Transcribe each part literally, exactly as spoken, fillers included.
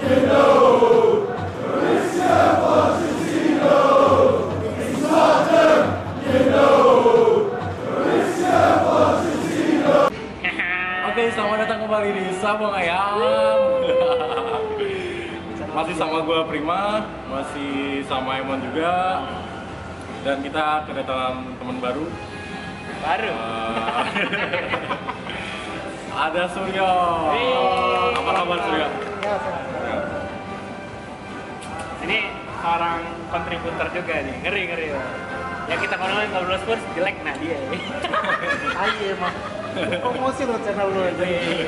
Oke, selamat datang kembali di Sabong Ayam. Masih sama gue Prima, masih sama Emon juga. Dan kita kedatangan teman baru. Baru? Uh, ada Suryo. Apa kabar Suryo? Ya, saya. Ini seorang kontributor juga nih, ngeri-ngeri. Ya kita ngobrol ngobrol Spurs jelek, nah dia ini. Ayo emang. Promosi lo channel lo aja.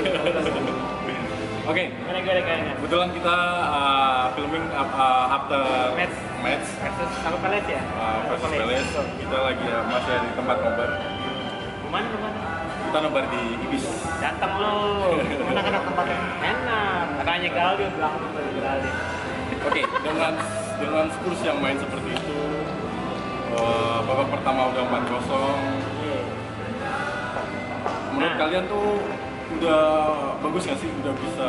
Oke, Gimana-gimana kayaknya? kebetulan kita uh, filming uh, after Match. match Versus apa Palace ya? uh, versus Palace. Palace. Kita lagi uh, masih ada di tempat nobar. Cuman cuman Kita nobar di Ibis. datang lo. Enak-enak tempatnya. Enak. Katanya Galdi bilang Galdi. Oke, dengan dengan Spurs yang main seperti itu, uh, babak pertama udah empat kosong. Menurut Nah. kalian tuh udah bagus nggak sih? Udah bisa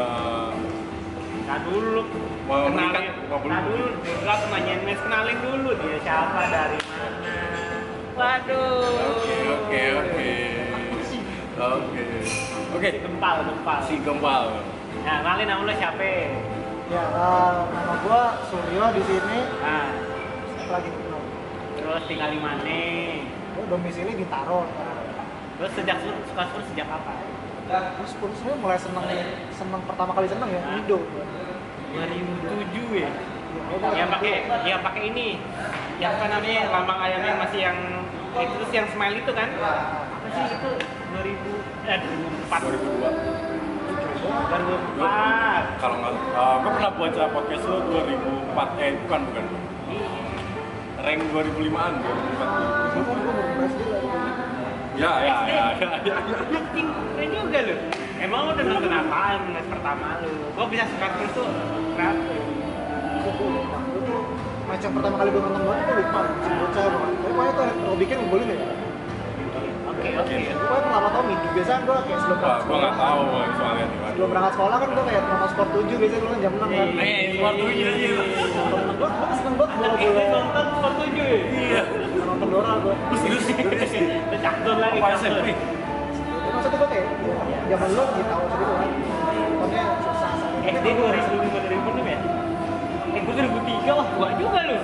Nah dulu Mau kenalin, meningkat, mau belum? nah dulu nggak nanyain Mes, kenalin dulu dia siapa, dari mana. Waduh. Oke, oke, oke. Oke. Oke, Gempal, gempal. si Gempal. Nah, kenalin nama lo siapa? Ya, uh, nama gua Suryo di sini. Nah, Lagi kenal. terus tinggal di mana? Gua domisili di Taro. Terus sejak su- suka Spurs sejak kapan? Terus Spurs saya mulai seneng seneng pertama kali seneng ya, Indo. dua ribu tujuh ya. Ya, Yang pakai yang pakai ini. Yang apa namanya? Lambang ayamnya masih yang itu terus yang smile itu kan? Apa sih itu? dua ribu eh dua ribu empat. dua ribu dua. dua ribu empat. Kalau nggak, uh, gue pernah baca podcast lo dua ribu empat. Eh, bukan, bukan. Rank dua ribu lima-an, dua ribu empat. Gua gua baru beres dia lagi. Ya, ya, ya, ya, ya, ya. Acting keren juga lu. Emang lu udah nonton apaan match pertama lu? Gua bisa suka Spurs tuh kenapa? Itu gua lupa. Itu match yang pertama kali gua nonton banget gua lupa. Masih bocah banget. Tapi pokoknya tuh Robi kan ngegolin ya. Oke, oke. Gua pertama tau minggu biasa gua kayak sebelum Wah, gue nggak tahu soalnya nih. sebelum berangkat sekolah kan gua kayak nonton Sport tujuh biasanya gua kan jam enam kan. Eh, Sport tujuh aja. Gua gua seneng banget bola Ini bola. nonton Sport tujuh ya? Iya. Nonton Dora gua. Terus, terus. Tercakdon lagi. Apa S M cakdon. P? Itu maksudnya gua kayak ya, zaman lu di tahun segitu kan. Pokoknya susah sakit. S D dua ribu lima dua ribu enam ya? Eh, gua dua ribu tiga, wah tua juga lu.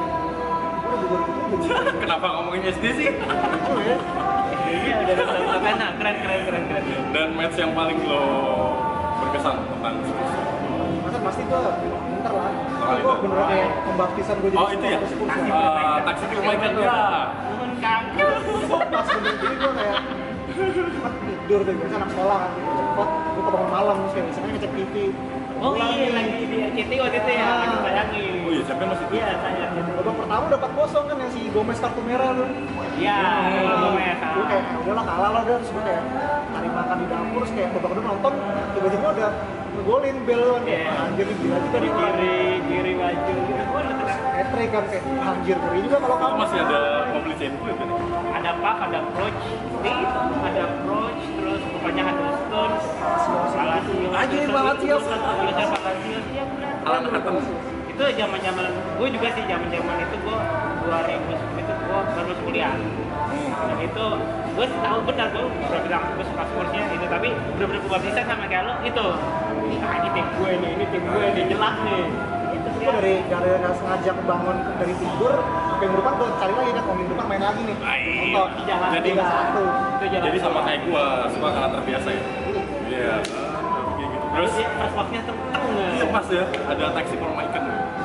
Gua udah dua ribu tujuh. Kenapa ngomongin S D sih? ya. Iya, udah nonton kan, nah, keren, keren, keren, keren. Dan match yang paling lo berkesan tentang Spurs? Masa pasti gua bentar lah. Oh, Gua itu. bener kayak pembaptisan gua jadi Oh, itu ya? Spurs Taksi ya. Uh, taksi kebaikan ya. Temen kagak. Pas bener jadi gua kayak cepet tidur tuh biasa anak sekolah kan cepet gua kebangun malam terus kayak misalnya ngecek T V. Oh iya, lagi di R C T waktu itu ya, lagi bayangin. Oh iya, siapa masih Iya, saya R C T. Babak pertama udah empat kosong kan yang si Gomez kartu merah tuh. Iya, Gomez. Gue kayak "Ah, udahlah kalah lah udah terus gue kayak cari makan di dapur terus kayak babak kedua nonton tiba-tiba udah ngegolin bel kan kayak Iya. anjir nih gila juga Di nih kiri, kiri baju. Gua udah tenang. hat-trick kan kayak anjir ngeri juga kalau Oh, kamu masih ada mobilisasi gue kan? Ada Pak, ada Approach, itu ada Approach, terus pokoknya ada Stones, Palacios, Anjir, Palacios. Palacios, Palacios, iya benar. Alan Hatem. Itu zaman-zaman gue juga sih zaman-zaman itu gue dua ribu sepuluh itu gue baru kuliah. Dan itu gue tahu benar gue udah bilang gue suka Spursnya itu, tapi bener-bener gue bisa sama kayak lo itu. Ah, ini tim gue nih, ini tim gue nih, jelas nih. Itu gue dia. dari dari nggak sengaja kebangun dari tidur sampai minggu depan gue cari lagi kan oh minggu depan main lagi nih Baik. nonton Di jalan Jadi- tiga satu Itu jalan. Jadi sama kayak gue, suka karena terbiasa ya? Iya. Ah, kayak gitu. Terus Terus, first box-nya tentang iya pas ya, ada taksi for Michael.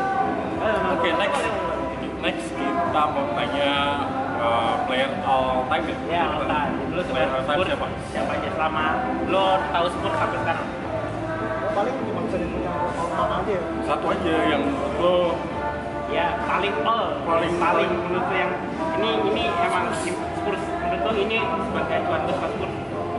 Oke, next. Next kita mau tanya uh, player all time ya? Ya, all time. Lu Player all time Spurs, siapa? siapa aja selama lo tahu Spurs sampai sekarang? gue paling cuma bisa dipunya orang aja ya Satu aja yang lo Ya, paling all, Paling- paling menurut lo yang ini ini emang Spurs menurut lo ini sebagai tuan gue suka Spurs.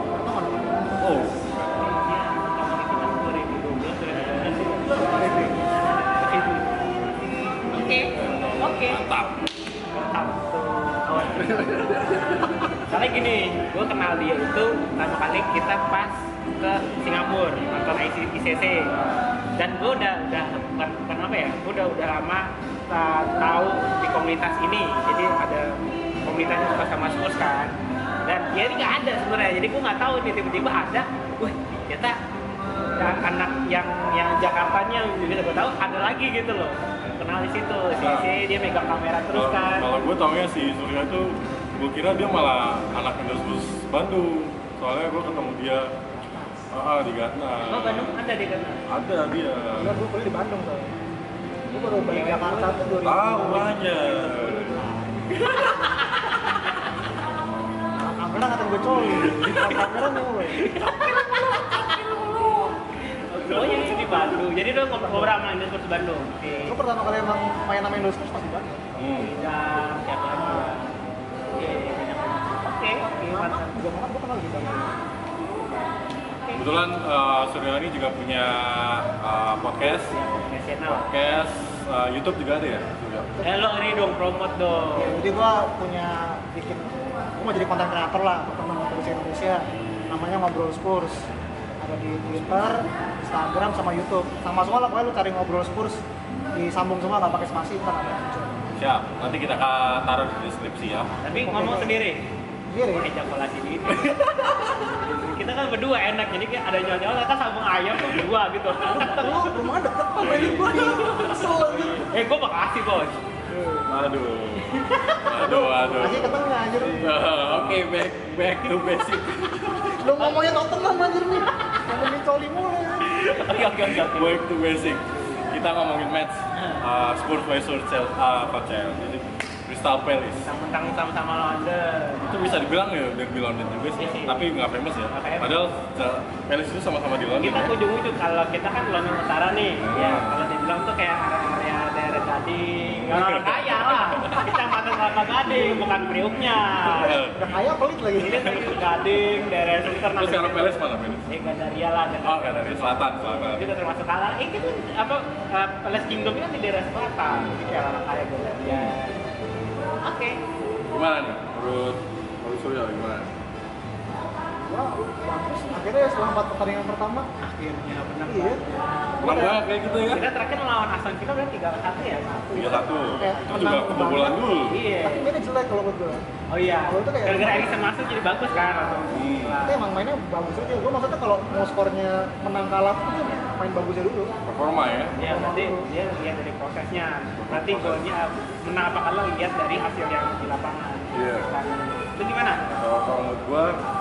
oh Ya, tahun itu kan dua ribu dua belas, dua ribu tiga belas. Oke. Oke, oke. mantap. Mantap tuh kawan. Soalnya gini, gue kenal dia itu pertama kali kita pas ke Singapura nonton I C C. dan gue udah udah bukan bukan apa ya, gue udah udah lama uh, tahu di komunitas ini, jadi ada komunitas yang suka sama Spurs kan, dan dia ini nggak ada sebenarnya, jadi gue nggak tahu nih tiba-tiba ada, wah ternyata ya, anak yang yang Jakartanya jadi gue tahu ada lagi gitu loh, kenal di situ, si, si dia megang kamera terus kan. Kalau gue taunya si Surya tuh, gue kira dia malah anak Spurs Bandung, soalnya gue ketemu dia ah di Gatna. Oh Bandung ada di Gatna? Ada dia. Enggak, gue kuliah di Bandung tuh. Gue baru balik ke Jakarta tuh dua ribu. Tahu aja. Kamera ngatain gue coli. Di kamera nih gue. Oh yang itu di Bandung. Jadi lu ngobrol sama Indosport di Bandung. Oke. Gue pertama kali emang main sama Indosport pas di Bandung. Hmm. Dan siapa lagi? Oke, banyak. Oke, oke, Mama mantap. juga makan gue kenal di Bandung. Kebetulan uh, Surya ini juga punya uh, podcast, Nasional. podcast uh, YouTube juga ada ya? Juga. Eh lo ini dong promote dong. Ya, jadi gue punya bikin, gue mau jadi konten kreator lah untuk teman Indonesia Indonesia. Namanya Ngobrol Spurs. Ada di Twitter, Instagram, sama YouTube. Sama semua lah, pokoknya lu cari Ngobrol Spurs, disambung semua, nggak pakai spasi, ntar ada muncul. Siap, nanti kita ka- taruh di deskripsi ya. Tapi ngomong sendiri. Sendiri. Oh, ejakulasi di itu. Kita kan berdua enak, jadi kayak ada nyawa-nyawa kita sambung ayam tuh berdua gitu. Lu rumah deket apa ini gue nih? Kesel aja. Eh, gue makasih bos. Aduh, aduh, aduh. Masih ke tengah anjir. Uh, Oke, back back to basic. Lu ngomongnya Tottenham anjir nih. Ngomongin coli mulu ya. Oke, oke, oke, oke. Back to basic. Kita ngomongin match uh, Spurs versus Chelsea, uh, apa Chelsea? Jadi Crystal Palace. Mentang-mentang sama-sama London. Itu bisa dibilang ya derby London juga sih, Iya sih. tapi nggak famous ya. Nggak famous. Padahal uh, Palace itu sama-sama di London. Kita ya. ujung-ujung kalau kita kan London Utara nih, ya kalau dibilang tuh kayak area daerah Gading, orang kaya lah, kecamatan Kelapa Gading, bukan Priuknya. Udah kaya pelit lagi. Ini tuh Gading, daerah Sunter. Terus kalau Palace mana Palace? Eh Gandaria lah. Oh, kan dari selatan, selatan. Itu udah termasuk kalah. Eh itu apa? Uh, Palace Kingdom itu kan di daerah selatan, jadi kayak orang kaya Gandaria. Oke. Gimana nih? Menurut menurut Surya gimana? Wah, bagus. Akhirnya setelah empat pertandingan pertama, Akhirnya benar. iya. Menang banget kayak gitu ya? Kita terakhir melawan Aston Villa udah tiga satu ya. tiga satu. Kayak Itu juga menang kebobolan banget. dulu. Iya. Tapi mainnya jelek kalau menurut gue. Oh iya. Kalau itu kayak- Gara-gara Eriksen masuk jadi bagus kan. Atau Hmm. Tapi emang mainnya bagus aja. Gue maksudnya kalau mau skornya menang kalah tuh dia main bagusnya dulu. Performa ya? Ya berarti dia lihat dari prosesnya. Berarti golnya menang apa kalah lihat dari hasil yang di lapangan. Iya. Kan. Itu gimana? Kalau kalau menurut gua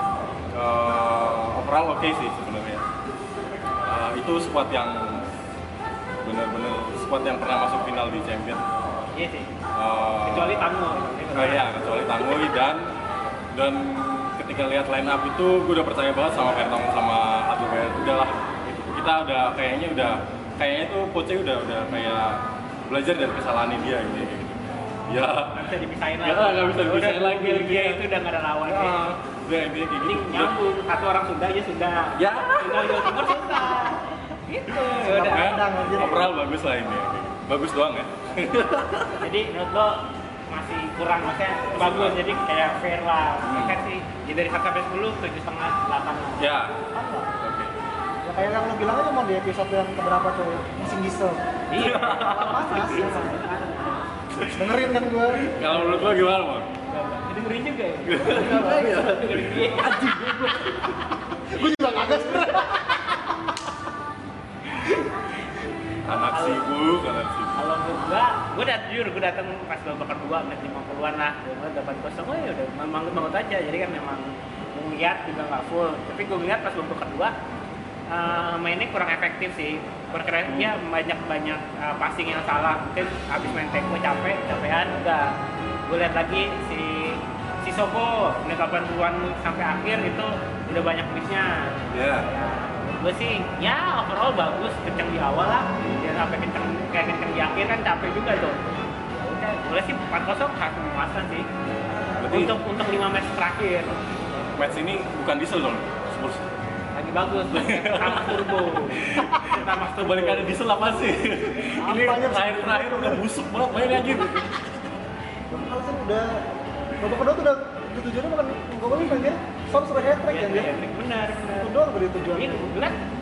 uh, overall oke sih sebenarnya. Uh, itu squad yang benar-benar squad yang pernah masuk final di Champions. Iya sih. Uh, Kecuali Tango. Oh iya, kecuali Tanguy dan dan ketika lihat line up itu gue udah percaya banget sama Vertonghen sama Adubert. Udahlah, itu kita udah kayaknya udah kayaknya itu coachnya udah udah kayak belajar dari kesalahan dia gitu. gitu. Ya, Nggak bisa dipisahin lagi. Ya, nggak bisa dipisahin Udah, lagi. Belgia itu udah nggak ada lawan. ya, udah intinya kayak Jadi gitu. nyambung. Satu orang Sunda aja Sunda. Ya. Tinggal Jawa Timur Sunda. Gitu. Sunda Udah. Padang. Padang, anjir. Overall bagus lah ini. Bagus doang ya. Jadi menurut lo masih kurang, maksudnya bagus, jadi kayak fair lah. Hmm. Kan sih, ya dari satu sampai sepuluh, tujuh setengah, delapan lah. Ya. Kan lah. Oke. Ya kayak yang lo bilang aja mau di episode yang keberapa tuh, mesin diesel. Iya. Panas. Dengerin kan gue. Kalau menurut lo gimana, Mon? Jadi ngeri juga ya. Iya. Iya, anjing gue. Gue juga kagak sebenernya. Anak sibuk, anak sibuk. Kalau menurut gua, gua udah jujur, gua datang pas babak kedua menit lima puluhan lah, gua dapat kosong, oh ya udah mangut-mangut aja. Jadi kan memang ngeliat juga nggak full. Tapi gua ngeliat pas babak kedua uh, mainnya kurang efektif sih. Berkeren dia banyak banyak uh, passing yang salah. Mungkin habis main teko capek, capean udah. Gua lihat lagi si si Soko menit delapan puluhan sampai akhir itu udah banyak missnya. Ya. Gue sih ya overall bagus, kenceng di awal lah, dia sampai kenceng kayak kenceng di akhir kan capek juga tuh. Ya udah, boleh sih empat kosong satu memuaskan sih. Berarti- Untuk untuk lima match terakhir Match ini bukan diesel dong, Spurs. lagi bagus, sama turbo, sama turbo. Kebalikannya diesel apa sih? Ini Apanya? terakhir-terakhir udah busuk banget mainnya gitu. Kalau sih udah babak kedua tuh udah tujuannya bukan golin kan dia. Son suruh hat-trick Iya, kan dia. iya, benar, benar. Itu doang udah tujuan. Ini gue bilang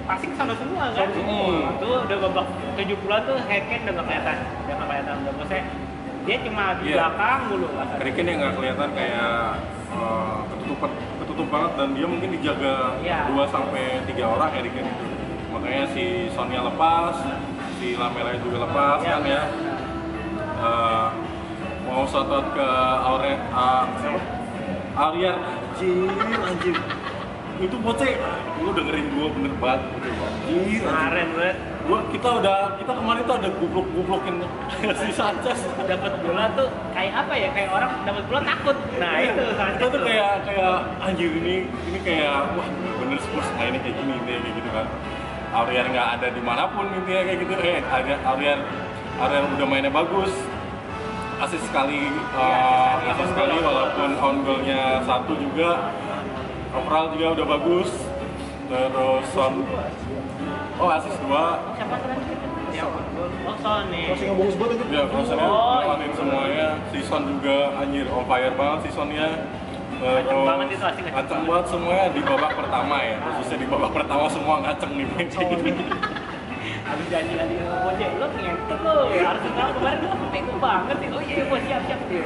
pasti kesana semua kan. Hmm. Tuh udah babak tujuh puluhan tuh Harry Kane udah nggak kelihatan, udah nggak kelihatan udah maksudnya dia cuma di Iya. belakang dulu. Harry Kane yang nggak kelihatan kayak uh, ketutupan ketutup banget dan dia mungkin dijaga Iya. dua sampai tiga orang Harry Kane itu. Makanya si Sonnya lepas, si Lamela juga lepas Iya. kan ya. Uh, mau shout out ke Aure uh, siapa? Aurier anjir anjir. Itu bocah lu dengerin gua bener banget anjir. anjir. Kemarin banget Gua kita udah kita kemarin tuh ada gublok-gublokin si Sanchez. dapat bola tuh kayak apa ya? Kayak orang dapat bola takut. Nah itu Sanchez Kita tuh tuh. kayak kayak anjir ini ini kayak wah bener Spurs mainnya kayak gini intinya kayak gitu kan. Aurier nggak ada dimanapun intinya kayak gitu. Eh ada Aurier Aurier udah mainnya bagus. Asis sekali, uh, asis sekali walaupun on goalnya satu juga. Overall juga udah bagus. Terus Son, oh asis dua. Siapa tadi? Ya, oh Son nih. Crossing yang bagus banget itu. Ya, crossnya Oh, ngelanin semuanya. Si Son juga anjir on fire banget si Sonnya. Ngaceng banget itu, asik ngaceng ngaceng banget. banget semuanya di babak pertama ya. Khususnya di babak pertama semua ngaceng nih. Habis janji lagi sama Bocah, lo ngentot lo. Harus tahu kemarin lo bego banget sih. Oh iya, iya, bos siap siap dia.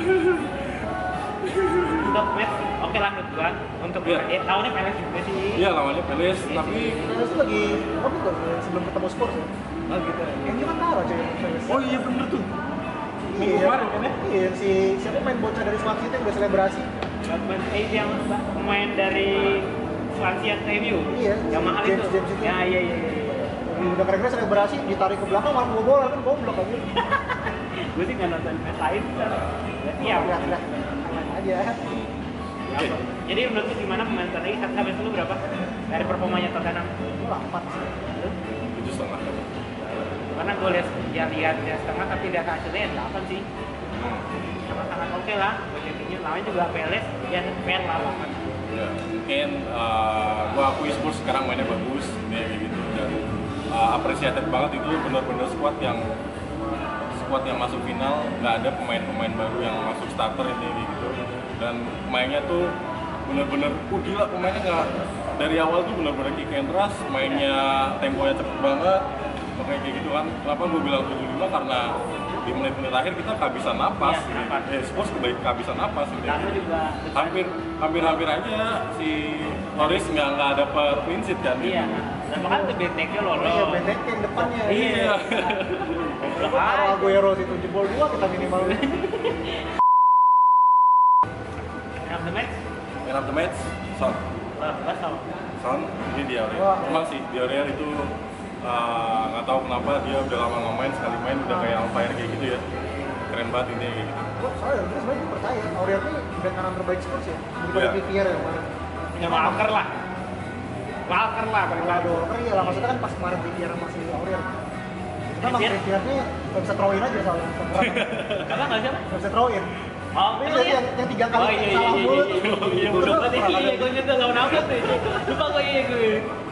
Untuk match, oke lah menurut gua. Untuk Iya. eh, lawannya Peles juga sih. Iya lawannya Peles, tapi Peles tuh lagi apa tuh sebelum ketemu Spurs ya? Oh gitu. Yang cuma taruh cuy Peles. oh iya bener tuh. Minggu Iya, kemarin kan ya? Iya, si siapa main bocah dari Swansea itu yang udah selebrasi. Batman eh yang pemain dari Swansea M U. Iya, Yang mahal James- itu. James itu. Ya iya iya iya. Udah keren-keren selebrasi, ditarik ke belakang malah bawa bola kan goblok aja. Gue sih nggak nonton match lain. Berarti ya. Lihat lihat aja. Oke. Jadi menurut lu gimana pemain terbaik sampai sepuluh berapa? Dari performanya Tottenham? Itu empat sih. Tujuh setengah. Karena gue lihat ya lihat ya setengah tapi lihat hasilnya ya delapan sih. Hmm. Sangat sangat oke lah. Gue jadinya lawan juga Peles ya fair lah banget. Ya, mungkin uh, gua akui Spurs sekarang mainnya bagus, ya, kayak gitu dan uh, apresiatif banget itu benar-benar squad yang squad yang masuk final nggak ada pemain-pemain baru yang masuk starter ini kayak gitu dan mainnya tuh benar-benar uh, gila pemainnya nggak dari awal tuh benar-benar kick and rush, mainnya temponya cepet banget makanya kayak gitu kan. Kenapa gue bilang tujuh puluh lima karena di menit-menit akhir kita kehabisan napas, Iya, napas. eh, Spurs kebaik kehabisan napas gitu. Lalu juga hampir hampir hampir aja si Loris nggak nggak dapet clean sheet kan iya. Dan bahkan tuh Benteknya Oh iya, lolos. Benteke yang depannya. iya Goblok Kalau aja. Aguero itu jebol dua kita minimal. Man of the match? man of the match Son Bagus tau. Son ini dia Wah. emang sih Diaurier itu uh, nggak tahu kenapa dia udah lama nggak main, sekali main udah kayak on fire kayak gitu ya, keren banget ini kayak gitu. Gue soalnya gue sebenarnya gue percaya Aurier ini bek kanan terbaik Spurs ya. Daripada Iya. Trippier yang mana. Ya Walker lah. Walker lah paling Kalau ada bagus. Walker ya lah maksudnya kan pas kemarin Trippier sama si Aurier. Kita emang Trippier? Trippier ini nggak bisa throw in aja soalnya. Apa nggak siapa? Nggak bisa throw in. Oh, Ini emang yang, iya? yang tiga kali Oh iya iya salah iya mulu iya tuh. iya iya bodoh banget iya iya gue nyetel lawan apa tuh lupa gue iya gue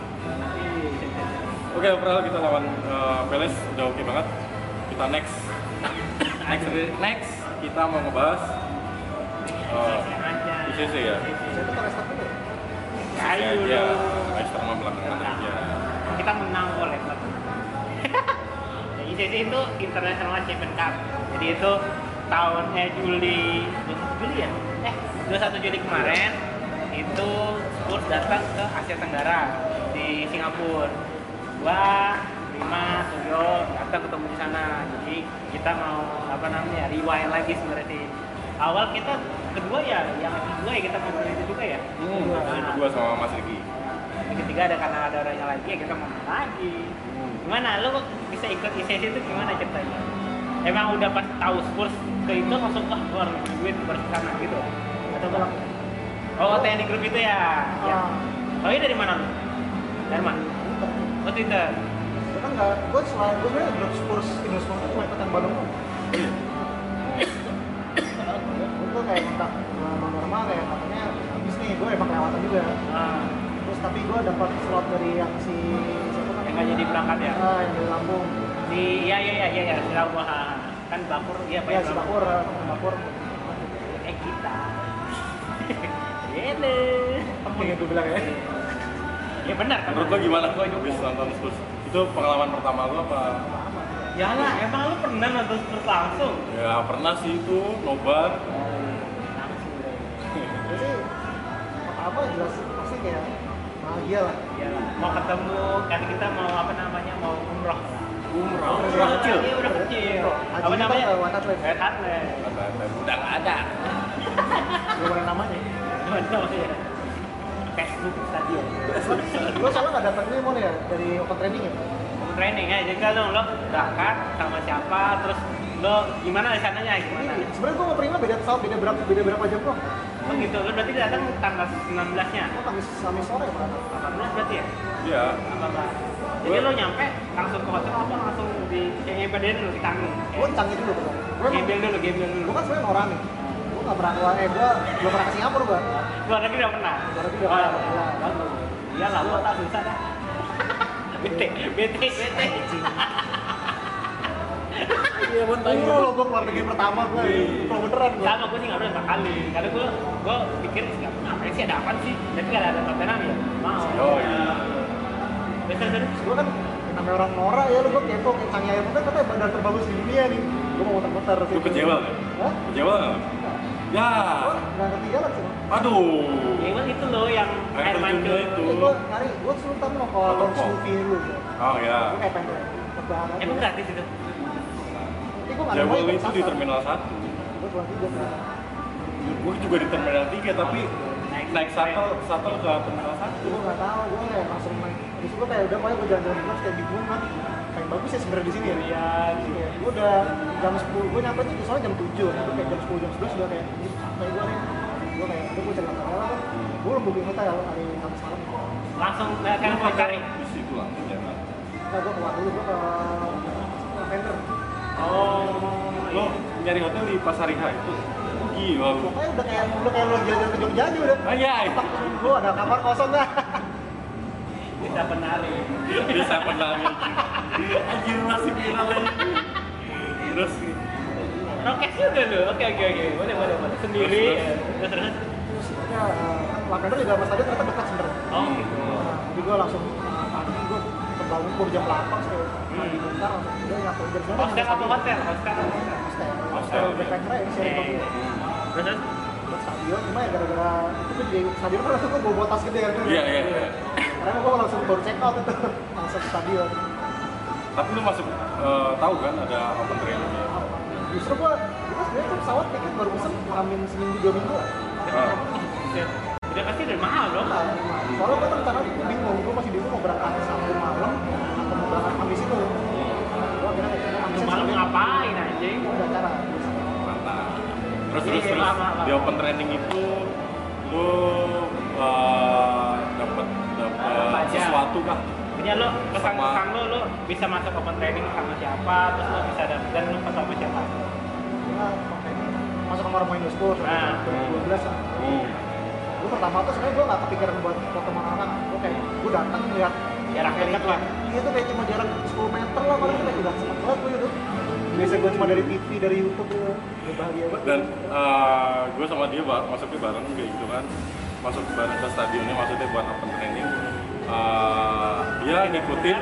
Oke, overall kita lawan uh, Peles udah oke banget. Kita next next next kita mau ngebahas uh, I C C ya. Saya tuh kan restart dulu. ayo ya dong. Leicester mah belakangan aja. Kita menang kok Leicester ya, I C C itu International Champions Cup jadi itu tahun eh Juli dua puluh satu Juli ya eh dua puluh satu Juli kemarin itu Spurs datang ke Asia Tenggara di Singapura gua Rima Suryo datang ketemu di sana jadi kita mau apa namanya rewind lagi sebenarnya sih awal kita kedua ya yang kedua ya kita ngobrol itu juga ya Hmm, ini berdua sama Mas Riki. yang ketiga ada karena ada orangnya lagi ya kita ngomong lagi gimana lo kok bisa ikut I C C itu gimana ceritanya emang udah pas tahu Spurs ke itu langsung wah keluar duit bersama gitu atau belum oh T N I grup itu ya ya oh ini dari mana lu dari mana oh Twitter Gue kan nggak, gue selain gue sebenarnya grup Spurs Indonesia Spurs itu cuma ikutan Bandung. Gue kayak minta normal normal kayak katanya habis nih gue emang kelewatan juga. ah Terus tapi gue dapat slot dari yang si siapa kan? yang nggak jadi berangkat ya Ah, yang dari Lampung. si ya ya ya ya ya si Rabu kan Bapur iya Pak Ya si Bakur, Bakur. eh kita ini Apa yang gue bilang ya? Ya benar kan? Menurut lo gimana habis nonton Spurs? Itu pengalaman pertama lo apa? Ya lah, emang lu pernah nonton Spurs langsung? Ya pernah sih itu, nobar. Jadi apa jelas pasti kayak bahagia lah. Iya lah. Mau ketemu, kan kita mau apa namanya, mau umroh. Umroh, Umroh umroh kecil. Iya, umroh kecil. Haji Apa kita namanya? ke White Hart Lane. White Hart Lane. Udah nggak ada. Belum ada namanya. Cuma namanya. Facebook stadion. Lo soalnya nggak dapet ini mon ya dari open training ya? Training ya, jadi kalau lo berangkat sama siapa, terus lo gimana di sananya, gimana? Sebenarnya gue mau prima beda pesawat beda berapa beda berapa jam kok? Oh gitu, lo berarti datang tanggal sembilan belas-nya? Oh Kamis Kamis sore ya berapa? delapan belas berarti ya? Iya. delapan belas. Jadi lo nyampe langsung ke hotel apa langsung di kayak G P D dulu di tanggung? Gue canggih dulu bro. Gue Gembel dulu, gembel dulu. gue kan sebenarnya orang nih. Gue nggak pernah keluar, eh gue belum pernah ke Singapura gue. Luar negeri udah pernah? Luar negeri udah Oh, pernah. iya, bagus. Iya lah, lo tak susah dah. Bete, bete, bete. Iya bener. Umroh lo gue keluar negeri pertama gue. Kalau beneran gue. Sama gue sih nggak pernah kali. Karena gue, gue pikir Singapura ngapain sih, ada apa sih? Tapi nggak ada Tottenham ya? Mau. Oh iya. Betul, betul. Gue kan namanya orang Nora ya, lo gue kepo kayak Canggih Ayam kan katanya bandar terbagus di dunia nih. Gue mau muter-muter. Lu kecewa nggak? Hah? Kecewa nggak? Ya. Gue nggak ngerti jalan sih. Aduh. Ya emang itu loh yang Air air mancur terjunnya itu. Gue nyari, gue sultan mau kalau Waterfall. movie dulu. Oh ya. Gue kayak pengen terbang aja. emang gratis itu. Tapi gue nggak Jabol itu di terminal satu. Gue pulang tiga ternyata. Gue juga di terminal tiga tapi naik shuttle shuttle ke terminal satu. Gue nggak tahu, gue kayak langsung naik. Di situ gue kayak udah pokoknya gue jalan-jalan terus kayak bingung kan. Kayak bagus ya sebenarnya di sini ya. Iya, Iya, gue udah jam sepuluh, gue nyampe tuh soalnya jam tujuh, gue kayak jam sepuluh, jam sebelas udah kayak, ini sampai gue nih, gue kayak, udah gue cari hotel lah kan, gue belum booking hotel hari Kamis malam, langsung kan mau cari. Di situ langsung ya. nah gue keluar dulu, gue ke vendor, Oh, Lo nyari hotel di Pasariha itu? Gila lu. pokoknya udah kayak, udah kayak lo jalan-jalan ke Jogja aja udah, Ah iya. gue ada kamar kosong dah, bisa penari. Bisa penangin. Anjir masih viral lagi. Terus Rokes juga tuh. Oke oke oke. Boleh boleh boleh. Sendiri. Terus, ya. Terus terus. terusnya lah vendor juga sama stadion ternyata dekat sebenernya, Oh gitu. nah, jadi gue langsung, uh, pagi gue kebangun pur jam delapan, terus pagi bentar langsung, udah nyampe jam sembilan, Hostel apa hotel? Hostel. hostel, Hostel, hostel iya. backpacker ya, ini sharing Eh, mobil. Terus terus. Buat stadion, cuma ya gara-gara itu gue jadi stadion kan langsung gue bawa bawa tas gede kan tuh. iya iya iya. Karena gue langsung baru check out itu langsung ke stadion. Tapi lu masuk eh, tahu kan ada open training ya? Justru gue, kita sebenarnya tuh pesawat tiket baru pesen hamin seminggu dua minggu lah. Ah. Ya, udah pasti udah mahal dong. Nah, soalnya gue tuh rencana gue bingung, gue masih bingung mau berangkat Sabtu malam atau mau berangkat Kamis itu. Gue akhirnya kayak Kamis Malam ngapain anjing? Udah cara. Mantap. Terus Jadi, terus terus lama, lama. di open training itu lu eh, dapat Apa dapat aja? sesuatu kah? Punya lo kesan Sama- kesan lo lo bisa masuk open training sama siapa, terus lo bisa dapet dan lo ketemu siapa? Gue masuk kamar main Spurs Nah. dua ribu dua belas lah. Hmm. Gue pertama tuh sebenarnya gue gak kepikiran buat foto sama anak. Gue kayak, gue datang lihat Jarak dekat lah. Iya tuh kayak cuma jarak sepuluh meter lah, paling kayak udah seneng banget gue itu. Biasa gue cuma dari T V, dari YouTube gitu. Udah bahagia banget. Dan gue sama dia ba- masuknya bareng kayak gitu kan, masuk bareng ke stadionnya maksudnya buat open training. Eh, dia ngikutin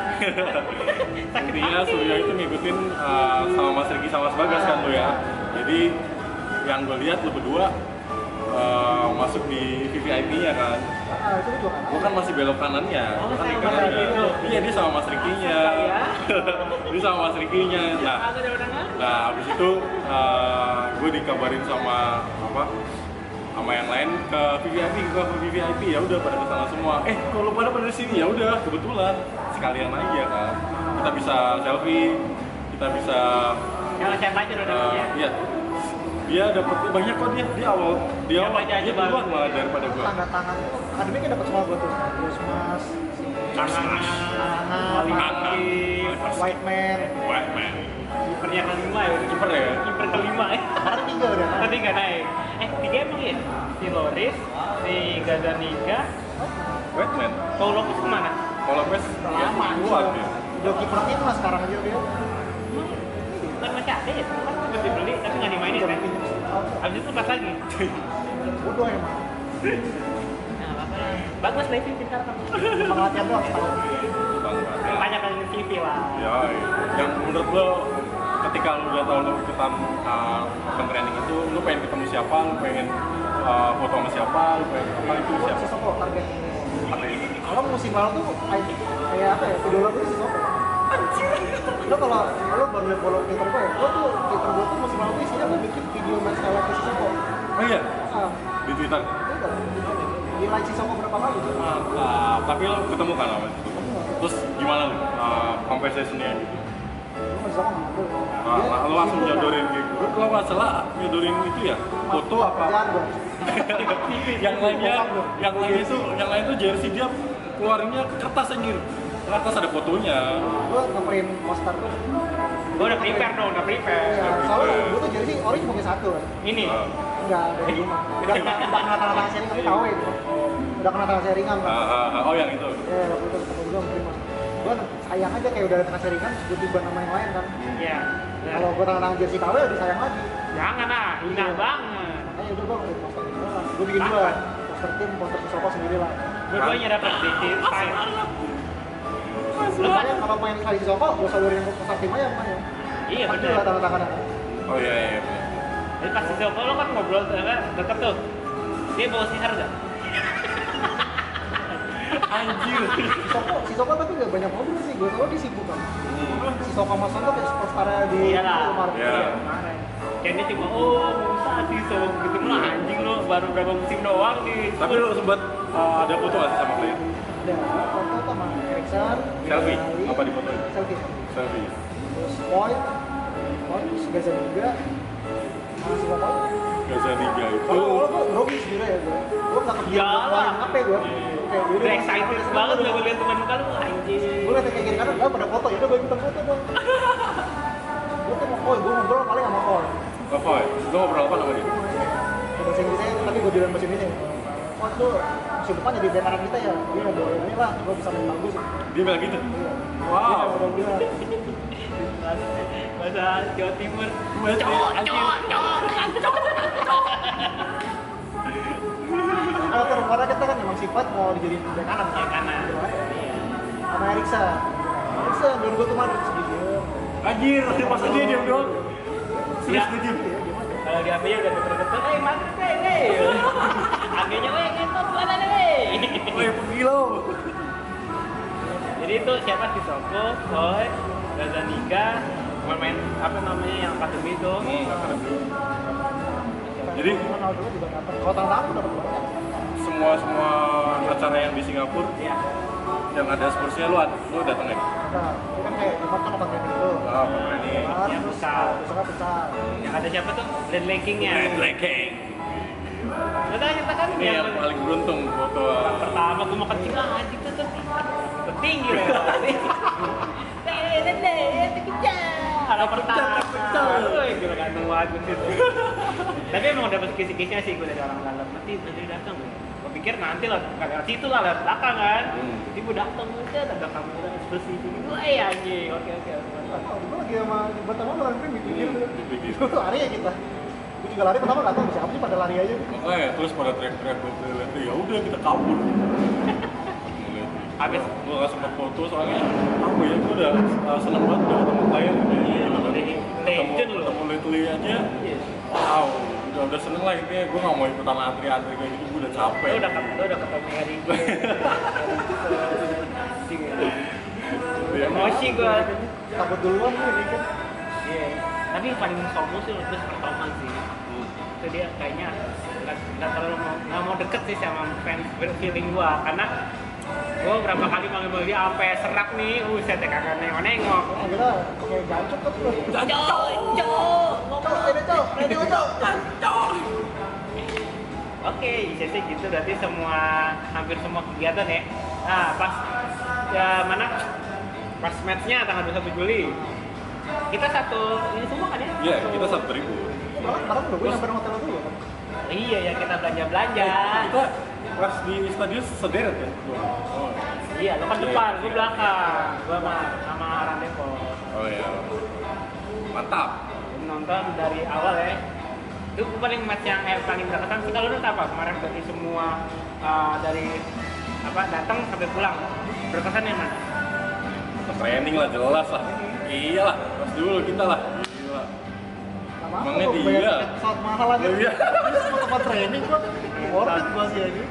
Sakit Intinya hati. Surya itu ngikutin uh, sama Mas Riki sama Mas Bagas kan tuh ya. Jadi yang gue lihat lu berdua uh, masuk di V V I P-nya kan. Ah, itu gue juga kan. Gue kan masih belok kanannya. Oh, Gua kan di sama kanannya. Mas Riki. Iya dia sama Mas Rikinya. Ya. Dia sama Mas Rikinya. Nah, Aku udah udah ngerti. nah habis itu uh, gue dikabarin sama apa? Sama yang lain ke V V I P, ke V V I P ya udah pada kesana semua. Eh kalau pada pada di sini ya udah kebetulan sekalian aja kan. Kita bisa selfie, kita bisa Kalau siapa aja udah uh, dapetnya? iya. Dia dapat banyak kok dia dia awal dia Siapa awal aja aja dia baru? duluan malah daripada gua. Tanda tangan itu akademiknya dapat semua gue tuh. Terus Mas, Tangan, Tangan, Malik, White Man, White man. kipernya kelima ya. Kiper ya? Kiper kelima ya. sekarang tiga udah. Tadi nggak naik. Eh tiga emang ya? Si Loris, si Gazaniga, White man. Paul Lopez kemana? Kalau Lopez ya Lama kuat dia. Udah kiper tim lah sekarang aja dia. Kan masih ada ya? Kan harus dibeli tapi nggak dimainin kan? Habis itu pas lagi. Bodoh emang. Nah apa-apa lah. Bagus lah itu pintar kan. Cuma latihan doang setahun. Banget ya. Banyak kali C V lah. Ya, yang menurut lo ketika lo udah tahu lo ikutan uh, open training itu, lo pengen ketemu siapa, lo pengen uh, foto sama siapa, lo pengen apa itu Gue siapa? si Soko target. Apa itu? Kalau musim lalu tuh kayak kayak apa ya? Idola gue si Soko. Lo kalau lo baru lihat follow Twitter gue, gue tuh Twitter gue tuh musim lalu tuh isinya gue bikin video match highlight si Soko. Oh iya, Ah, di Twitter. itu di like si Soko berapa kali? Uh, uh, tapi lo ketemu kan sama itu? Terus gimana lo? Uh, conversation-nya gitu? Gue si Soko nggak ada. Nah, Dia lo langsung sibuk, kan? nyodorin gitu. Kalau nggak salah nyodorin itu ya, foto apa? Kerjaan gue. yang lainnya, yang lain itu, yang lain itu jersey dia keluarinnya kertas anjir. Kertas ada fotonya. Gue nge-print poster. Gue udah prepare dong, udah prepare. Iya, soalnya gue tuh jersey ori cuma punya satu kan. Ini. Uh, Enggak, dari rumah. Udah kena udah kena tanda tangan sharing tapi tahu ya itu. Udah kena tanda sharingan kan. uh, uh, uh, oh yang itu. Ya, waktu itu ketemu juga nge-print mas. Gue sayang aja kayak udah ada tanda sharingan, gue tiba nama yang lain kan. Iya. Kalau gue tanda tangan jersey K W udah sayang lagi. Jangan ah, hina banget. Makanya udah gue nge-print poster gitu lah. Gue bikin dua, poster tim, poster Soko sendiri lah. Dua-duanya dapat di tim. Lu bayang kalau main kali si Soko, gue sodorin poster tim aja makanya. Iya Pasti bener. lah tanda tangan. Oh iya iya. iya. Jadi pas di Soko lo kan ngobrol ternyata deket tuh. Dia bawa sihar gak? Anjir. Si Soko, si Soko tapi nggak banyak ngobrol sih. Gue tau dia sibuk kan. Si Soko sama Son tuh kayak sportstar di Iyalah. Indomaret. Iya. Kemarin. Kayak dia cuma, oh Musa di Soko gitu lah anjing lo baru berapa musim doang di. Tapi lo sempat uh, ada foto nggak sih sama player? Ada foto sama Erikson. Selfie? Rinaldi. Apa di foto? Selfie. Selfie. Terus Point, Point terus Gaza juga. Sama si Soko. Gaza Liga itu. Kalau kalau gue grogi sebenernya ya gue. Gue nggak kebiasaan Iyalah. main H P gue. Kayak Udah excited banget udah ngeliat temen muka lu anjing. Gue liat kayak gini karena gue pada foto, yaudah gue ikutan foto dong. Gue tuh mau Koi, gue ngobrol paling sama Koi. Apa? Lo ngobrol apa sama dia? Bahasa Inggrisnya, tapi gue bilang bahasa Indonesia. Koi tuh musim depan jadi veteran kita ya. Dia boleh ini lah, gue bisa main bagus. Dia bilang gitu. Iya. Wow. Dia udah bilang, Bahasa Jawa Timur. Cowok, cowok, kalau tuh karena kita kan memang sifat mau dijadiin bek kanan. Ya kanan. Sama Erikson. Erikson, dulu gue kemarin sedikit. Anjir, pas dia diam doang. Iya. Serius dia diam. Kalau di H P-nya udah betul-betul, eh mantep deh, deh. Akhirnya, weh, ngentot mana deh, weh. Woi, pergi lo. Jadi itu siapa si Soko, Boy, Gazanika, main apa namanya yang akademi itu. Jadi Ronaldo juga dapat. Kalau tangan aku dapat banyak. semua semua acara yang di Singapura Iya. yang ada Spursnya lu lu datengin. Nah, itu kan kayak Jumat kan open training itu. Oh, ini. Kelar, Yang terus besar. besoknya besar. Yang ada siapa tuh? Red Lakingnya. Blacking. Lo tau kita kan Ini yang paling beruntung foto. pertama gue mau kencing ah anjing tuh tuh tinggi loh. Eh, nenek, ya terkejar. Kalau pertama, woi, gue ganteng banget gitu. Tapi emang udah kisi-kisnya sih gue dari orang dalam. Nanti nanti datang. Gue pikir nanti lah, lewat situ lah, lewat belakang kan. Hmm. Jadi gue datang aja, ada kamera ekspresi gitu. Woi anjing, oke oke. Oh, gue lagi sama pertama lawan Prim di pinggir tuh. Di pinggir. Itu lari ya kita. Gue juga lari pertama nggak tahu siapa sih pada lari aja. Makanya terus pada teriak-teriak gue lihat ya udah kita kabur. Habis Gue gak sempat foto soalnya apa ya gue udah uh, seneng banget udah ketemu player gitu ya. Iya, Ketemu- legend loh. Ketemu Lately aja. Wow, udah udah seneng lah intinya. Gue gak mau ikutan antri-antri kayak gitu, gue udah capek. lo udah ketemu, lo udah ketemu Harry. Iya. Emosi gue. Takut duluan gue ini kan. Iya. Tapi yang paling sombong sih menurut gue pertama sih. Hmm. Itu dia kayaknya nggak nggak terlalu mau nggak mau deket sih sama fans feeling gue karena gue berapa kali manggil dia sampai serak nih, uh saya kagak nengok-nengok. Nah, kita pakai gancuk kan tuh. Cok, cok, Cok, ini cok, ini cok. Oke, I C C gitu berarti semua hampir semua kegiatan ya. Nah pas ya mana pas matchnya tanggal dua puluh satu Juli kita satu ini semua kan ya? Iya, kita satu ribu. Barang barang dulu, gue nyampe hotel dulu kan. Iya ya kita belanja belanja. Kita pas di stadion sederet ya. Oh, Iya, lo kan Iya. depan, gue belakang. Gue sama sama orang Depok. oh iya. Mantap. Nonton dari awal ya. Itu paling match yang eh, paling berkesan sih kalau lu tahu apa kemarin dari semua uh, dari apa datang sampai pulang. Berkesan yang mana? Training lah jelas lah. Iyalah, pas dulu kita lah. Gila. Sama apa Emangnya kok dia? bayar tiket pesawat mahal aja. Iya. Terus mau tempat training kok. Worth it gua sih ini.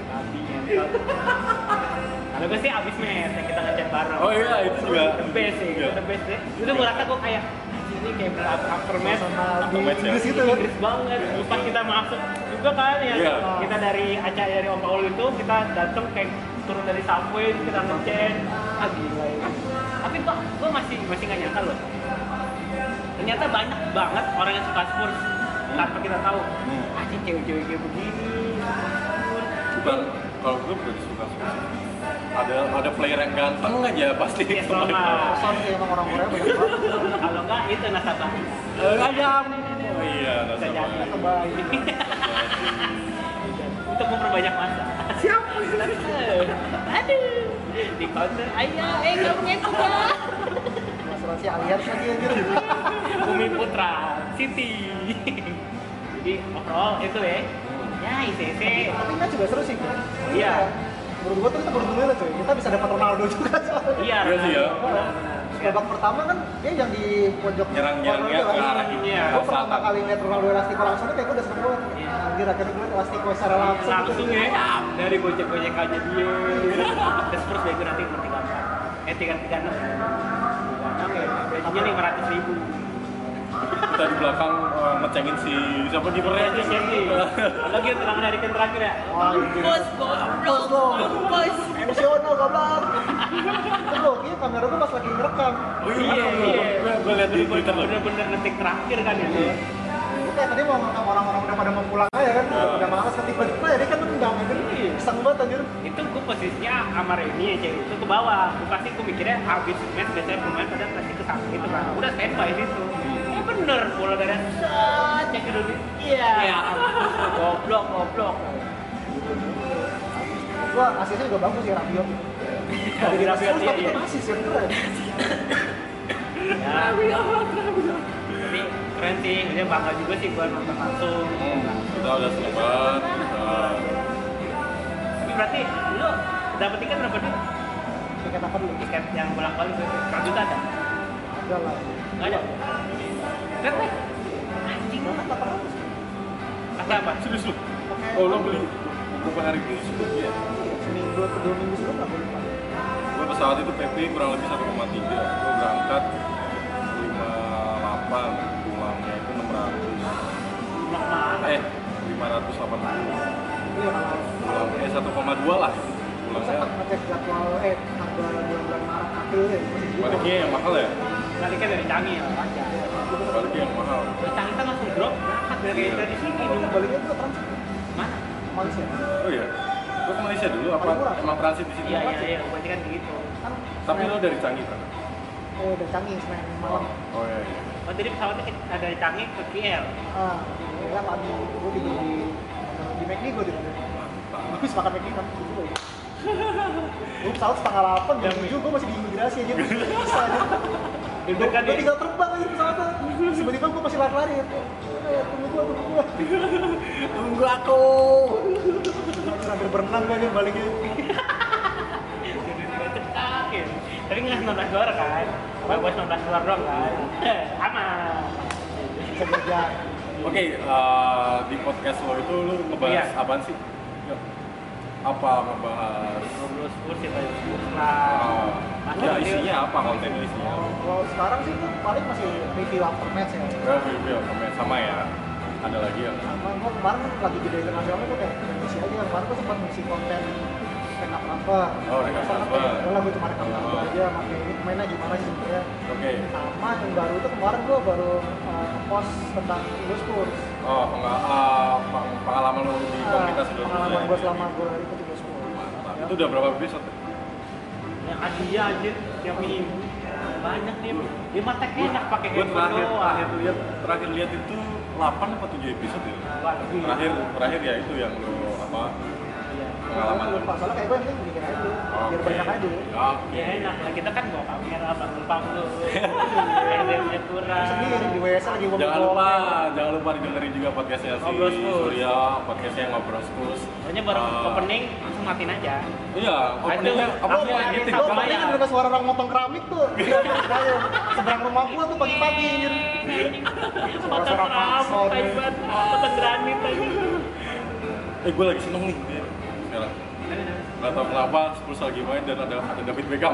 Kalau gue sih abis match yang kita ngechat bareng. Oh iya, itu juga. The best sih, Iya. the best deh. Itu gue rasa gue kayak ini kayak bener after match. Sama di After match ya? Inggris gitu kan. Inggris banget. Pas kita masuk juga kan ya. Iya. Kita dari acara dari Om Paul itu kita datang kayak turun dari subway kita ngechat. Ah gila ya. Tapi gua gua masih masih nggak nyangka loh. Ternyata banyak banget orang yang suka Spurs tanpa kita tahu. Hmm. Ah, cewek-cewek kayak begini. Bukan, kalau gue bukan suka suka ada ada player yang ganteng aja pasti. Yes, sama. Son sih emang orang Korea banyak banget. Kalau enggak itu nasabah. Ayam. Oh iya, Bisa jadi. nasabah. Kebaik. Untuk memperbanyak masa. Siap. Aduh. Di counter, ayah, eh kamu ngetuk ya. Asuransi Allianz lagi anjir. Bumi Putra, City. Jadi overall itu ya. Ya I C C. Tapi kan juga seru sih. Iya. Menurut gua tuh kita beruntung lah coy. Kita bisa dapat Ronaldo juga soalnya. Iya. Iya sih ya. Babak pertama kan dia yang di pojok Nyerang-nyerangnya corner ke tuh kan. arah ini Iya. Gua pertama selatan. kali lihat Ronaldo Elastiko langsung tuh kayak gua udah seneng banget. Iya. Anjir akhirnya gua liat Elastiko secara langsung. Langsung ya. Dari gojek-gojek aja dia. Terus Spurs bego nanti nomor tiga puluh empat. Eh tiga tiga enam. Oke, gajinya lima ratus ribu. Kita di belakang eh, ngecengin si siapa di Iya, aja iya, iya. Lagi tenang dari tim terakhir ya. Wah, anjir. Bos, Bos lo. bos. Emosional goblok. Itu loh, iya kamera gua pas lagi ngerekam. Oh Iya, iya. Gue gue lihat di Twitter loh. Bener-bener ngetik terakhir kan ya. Kita tadi mau ngerekam orang-orang udah pada mau pulang aja kan, udah malas kan tiba-tiba ya dia kan nendang anjir. Iseng banget anjir. Itu gue posisinya sama Reni aja itu ke bawah. Gue pasti gue mikirnya habis match biasanya pemain pada pasti ke samping itu kan. Udah standby situ. Eh bener bola dari set cek dulu. Iya. Ya ampun, goblok goblok. Gua asisnya juga bagus ya Rabiot. Dari Rabiot, iya, tapi iya. kan asis yang keren. Ya. Tapi keren sih, dia bangga juga sih gue nonton langsung. Hmm, kita udah seneng banget. Eh, Tapi berarti lu dapet tiket berapa duit? Tiket apa dulu? Tiket yang bolak-balik berapa? Seratus juta ada? Ada lah. Nggak ada? Keren deh. Anjing. Berapa delapan ratus? Pakai apa? serius lu? Oh lo beli beberapa hari itu sebelum dia. Seminggu atau dua minggu sebelum aku lupa. Gue pesawat itu P P kurang lebih satu koma tiga. Gue berangkat lima puluh delapan, pulangnya itu enam ratus. Normal. Eh, lima ratus delapan puluh. Iya kalau Pulang eh satu koma dua lah. saya Pulangnya ngecek jadwal eh harga bulan-bulan Maret April ya masih gitu. baliknya yang mahal ya. Baliknya dari Canggih ya, wajar. Baliknya yang mahal. Dari Canggih kan langsung drop, berangkat dari dari sini. Ini baliknya juga transit Mana? Malaysia. Oh iya. Gue ke Malaysia dulu apa Paling murah. emang transit di situ? Iya iya iya, berarti kan begitu. Kan Tapi lo dari Canggih kan? eh dari Canggih Senin malam. Oh iya. iya. Oh jadi pesawatnya ke- ada dari Canggih ke K L. Ah, ya pagi gua tidur di di McD gua tidur. Mantap. Habis makan McD kan gitu ya. Gue pesawat setengah delapan, jam tujuh gue masih di imigrasi aja, bisa aja. Duduk kan Gue ya? tinggal terbang aja pesawatnya. Terus tiba-tiba gue masih lari-lari. Eh, tunggu gue, tunggu gue. Tunggu aku. Terus hampir berenang gue aja baliknya. Cekak, tapi nggak enam belas dolar kan? Bagus enam belas dolar doang kan? Aman. Bisa belajar. Oke, eh, di podcast lo itu lo ngebahas Iya. apaan sih? Yuk. Apa ngebahas? Ngobrol Spurs ya, Pak. Spurs lah. Oh, Masuk ya dia. isinya apa kontennya isinya? Kalau sekarang sih gue paling masih review after match ya. Gue review komen sama ya. Ada lagi yang Sama gue kemarin lagi jeda internasional gue kayak ngisi aja. Kemarin gue sempat ngisi konten rekap transfer. Oh, rekap transfer. Udah lah gue cuma rekap transfer Oh. aja. Pakai ini pemainnya gimana sih sebenarnya. oke. Sama yang baru itu kemarin gue baru uh, post tentang Eagles Spurs. Oh, pengal- eh, peng- pengalaman lo di komunitas Ah, itu. pengalaman gue selama gue ikut Eagles Spurs. Mantap. Ya. Itu udah berapa episode? Yang hadiah aja tiap minggu. Banyak nih. Dia mah tag enak pakai Gue handphone terakhir doang. terakhir lihat terakhir lihat itu delapan atau tujuh episode ya. Wah, lebih. Terakhir terakhir ya itu yang lo apa? Iya. pengalaman lu. lupa, soalnya kayak gue yang penting bikin aja dulu, biar Oke. banyak aja dulu. Oke. Ya enak lah, kita kan bawa kamera, bangun panggung, airnya kurang. Sendiri di W S lagi ngomong. Jangan lupa, jangan lupa didengerin juga podcastnya si Ngobrol Spurs. Surya, podcastnya Ngobrol Spurs. Pokoknya baru Eh, opening langsung matiin aja. Iya, openingnya Aduh, apa aku ya? lagi Gitu. sama Gue pagi ya. dengar suara orang motong keramik tuh. Iya, saya seberang rumah gua tuh pagi-pagi. anjir. Mata Suara-suara keram, klakson. taibat, mata granit aja. Eh, gue lagi seneng nih dia sekarang. Gak tau kenapa Spurs lagi main dan ada ada David Beckham.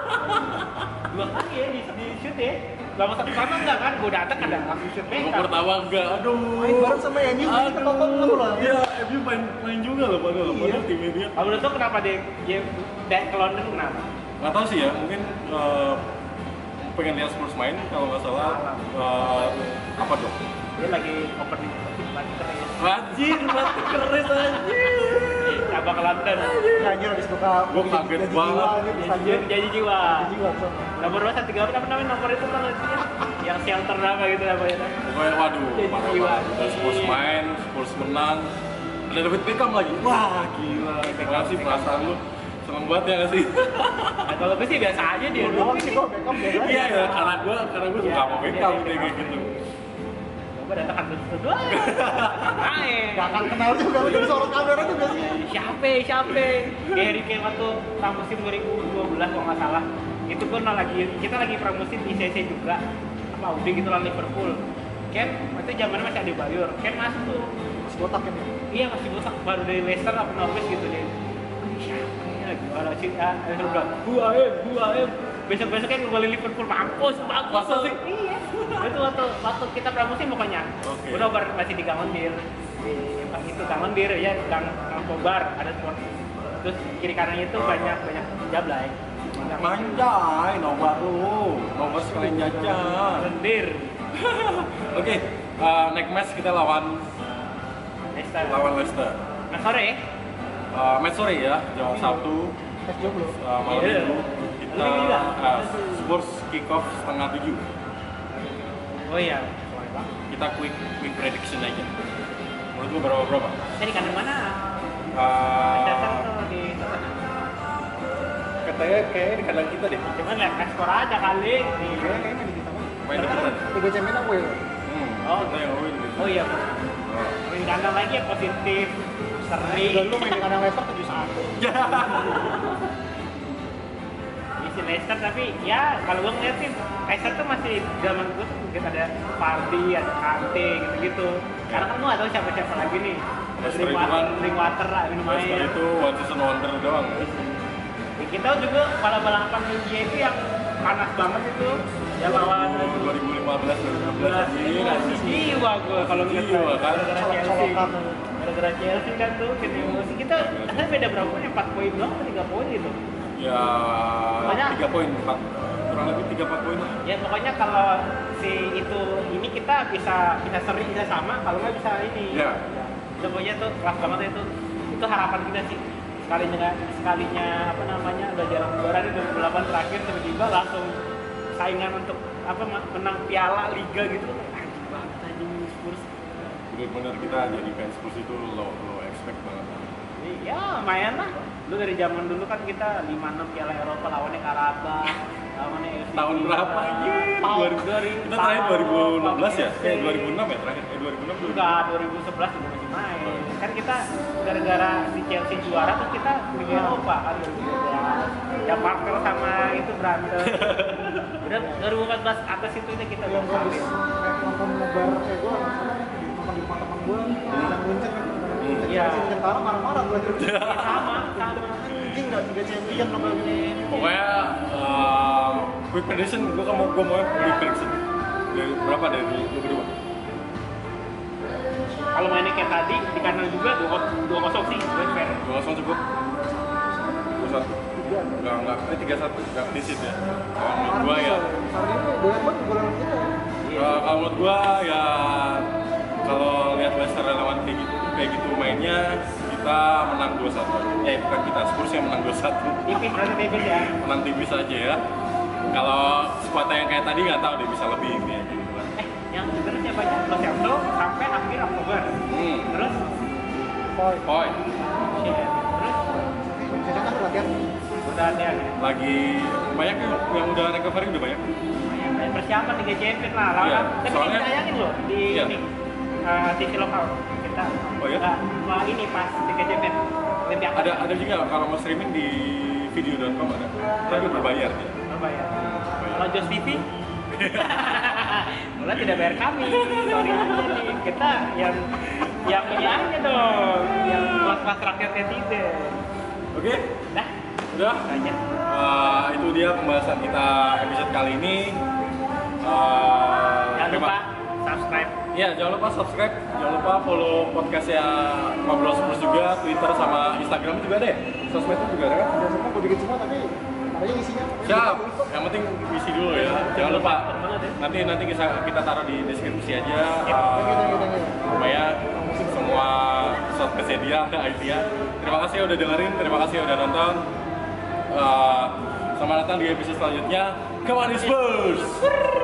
Dua kali ya di, di shoot ya. Lama satu sama enggak kan? Gue datang ada langsung shoot Yang Beckham. pertama enggak, aduh. Main bareng sama M U, kita nonton Aduh. dulu lah. Iya, M U main main juga loh padahal. Iya. Padahal timnya dia. Kalau menurut lo kenapa dia dia dia ke London kenapa? Gak tau sih ya, mungkin eh, pengen lihat Spurs main kalau nggak salah eh, apa dong? Dia lagi opening lagi terus. Anjir, mati keris anjir. Coba ke London. Ya, anjir habis buka Gua kaget janji banget. jiwa, anjir, Janji, anjir. janji jiwa. Janji jiwa, so. Nomor berapa? Tiga apa namanya nomor itu kan isinya? Yang shelter apa gitu namanya? Pokoknya waduh, Jadi parah jiwa. banget. Udah Spurs main, Spurs menang. Ada David Beckham lagi. Wah, gila. Gimana sih perasaan lu? Seneng banget ya nggak sih? Nah, kalau gue sih biasa aja dia. Gua doang sih, gua Beckham biasa aja. Iya ya, karena gua karena gua suka Iya, sama iya, Beckham iya, kayak Beckham. gitu. Gue datang kan berdua. Main. Gak akan kenal juga, lu jadi sorot kamera juga sih. Siapa? Siapa? Kayak Harry Kane waktu pramusim dua ribu dua belas kalau nggak salah. Itu pun lagi kita lagi pramusim di C C juga. Apa udah gitu lawan Liverpool. Ken, itu zamannya masih ada Bayur. Ken masuk tuh. Masih botak kan ya. Iya masih botak baru dari Leicester apa Norwich gitu deh. Siapa ya? Gimana sih? Ah, terus dia bilang, gua em, gua em. Besok-besoknya ngegolin Liverpool, mampus, bagus. Masa sih? Iya. Itu waktu waktu kita pramusim pokoknya. Oke. Udah bar- masih di Gang Ondir. Di pas itu Gang Ondir ya, Gang Gang Kobar ada sport. Terus kiri kanannya itu banyak banyak jablay. Manjai, nomor lu, nomor sekalian jajan. Ondir. Oke, eh, next match kita lawan Leicester. lawan Leicester. Nah sore ya? Eh, match sore ya, jam Sabtu S jomblo. eh, malam Iya. minggu. Kita Lu gila. eh, Spurs kick off setengah tujuh. Oh iya. Sore banget. Kita quick quick prediction aja. Menurut lu berapa berapa? Jadi kanan mana? Eh, Leicester tuh di Tottenham. katanya kayaknya di kandang kita deh. Cuman lihat skor aja kali. Iya, kayaknya main di kita. Main di kita. Liga Champions aku ya. Hmm, Oh. kita yang away gitu. Oh iya. Oh. Main kandang lagi ya positif. Seri. Dan lu main di kandang Leicester tujuh satu. Isi Leicester tapi ya kalau gue ngeliat sih Leicester tuh masih zaman gue tuh mungkin ada Vardy, ada Kante gitu-gitu. Karena kan gue gak tahu siapa-siapa lagi nih. Leicester itu kan- Drinkwater lah ini Leicester main. itu one season wonder doang. Ya, kita juga balapan Liga itu yang panas banget itu. Yang lawan dua ribu lima belas dua ribu enam belas anjir, anjir. jiwa gue kalau ngeliat Jiwa, kan? gara-gara Chelsea. Colok-colokan. Gara-gara Chelsea kan tuh kita emosi kita kita beda berapa poin? empat poin doang atau tiga poin gitu. Ya Pokoknya- tiga poin empat kurang lebih tiga empat poin lah. Ya pokoknya kalau si itu ini kita bisa bisa seri bisa sama kalau nggak bisa ini. Ya. Itu pokoknya tuh kelas banget itu. Itu harapan kita sih. Sekalinya sekalinya apa namanya udah jarang juara di dua ribu delapan terakhir tiba-tiba langsung saingan untuk apa menang piala liga gitu. Anjing banget anjing Spurs. Bener-bener kita jadi fans Spurs itu lo lo expect banget. Ya lumayan lah. Lu dari zaman dulu kan kita lima enam piala Eropa lawannya Karabakh, lawannya F C Tahun berapa Liga. anjir? Tahun dua ribu dua ribu Kita terakhir dua ribu enam belas ya? F C. Eh dua ribu enam ya terakhir? Eh dua ribu enam dua ribu Enggak, dua ribu sebelas juga masih main. Kan kita gara-gara si Chelsea juara terus kita Liga Eropa kan dua ribu dua belas. Ya Parker sama itu berantem. Udah dua ribu empat belas atas itu udah kita Yang udah gue habis sampai. nonton nobar, eh gue nonton di rumah teman gue, yang Munchen kan. Iya. Chelsea Nusantara marah-marah gue. Ya, sama, sama. Anjing nggak Liga Champions nobar gini. Pokoknya eh, quick prediction gue kan mau gue mau quick prediction dari berapa dari lu berdua? Kalau mainnya kayak tadi di kanan juga dua kosong sih, gue fair. Dua kosong cukup. Dua satu. Enggak enggak. Eh tiga satu enggak disit ya. Kalau menurut gue ya. Hari ini doyan banget bola kita ya. Eh, kalau menurut gua ya kalau lihat Leicester lawan kayak gitu kayak gitu mainnya kita menang dua satu. Eh bukan kita, Spurs yang menang dua satu. Tipis berarti tipis ya. Menang tipis aja ya. Kalau skuadnya yang kayak tadi nggak tahu dia bisa lebih ini aja gitu kan. Eh, yang terus siapa aja? Lo Celso sampai akhir Oktober. Hmm. Terus, Boy. Poin. shit. Terus Jason kan latihan. Udah latihan ya. Lagi banyak yang, yang udah recovery udah banyak. Banyak persiapan Liga Champions lah. Lawan. Iya, Tapi soalnya- ditayangin loh di Iya. ini eh, T V lokal kita. Oh iya? Nggak, wah ini pas Liga Champions. Lebih Ada ada juga kalau mau streaming di video dot com ada. Tapi berbayar ya. Berbayar. Kalau Jos T V Bola tidak bayar kami, sorry aja nih. Kita yang yang punya aja dong, yang kelas-kelas rakyat netizen. Oke, Dah, udah. itu aja. Eh, itu dia pembahasan kita episode kali ini. Eh, Jangan terima- lupa subscribe. Iya, jangan lupa subscribe, jangan lupa follow podcastnya Ngobrol Spurs juga, Twitter sama Instagram juga deh. Sosmednya juga ada kan? Udah semua gue bikin semua tapi ada isinya. Siap, yang penting isi dulu ya. Jangan lupa. Nanti nanti kita kita taruh di deskripsi aja. Thank you, thank you, thank you. Supaya semua soundcast dia ada idea. Terima kasih udah dengerin, terima kasih udah nonton. Eh, selamat datang di episode selanjutnya. Come on Spurs!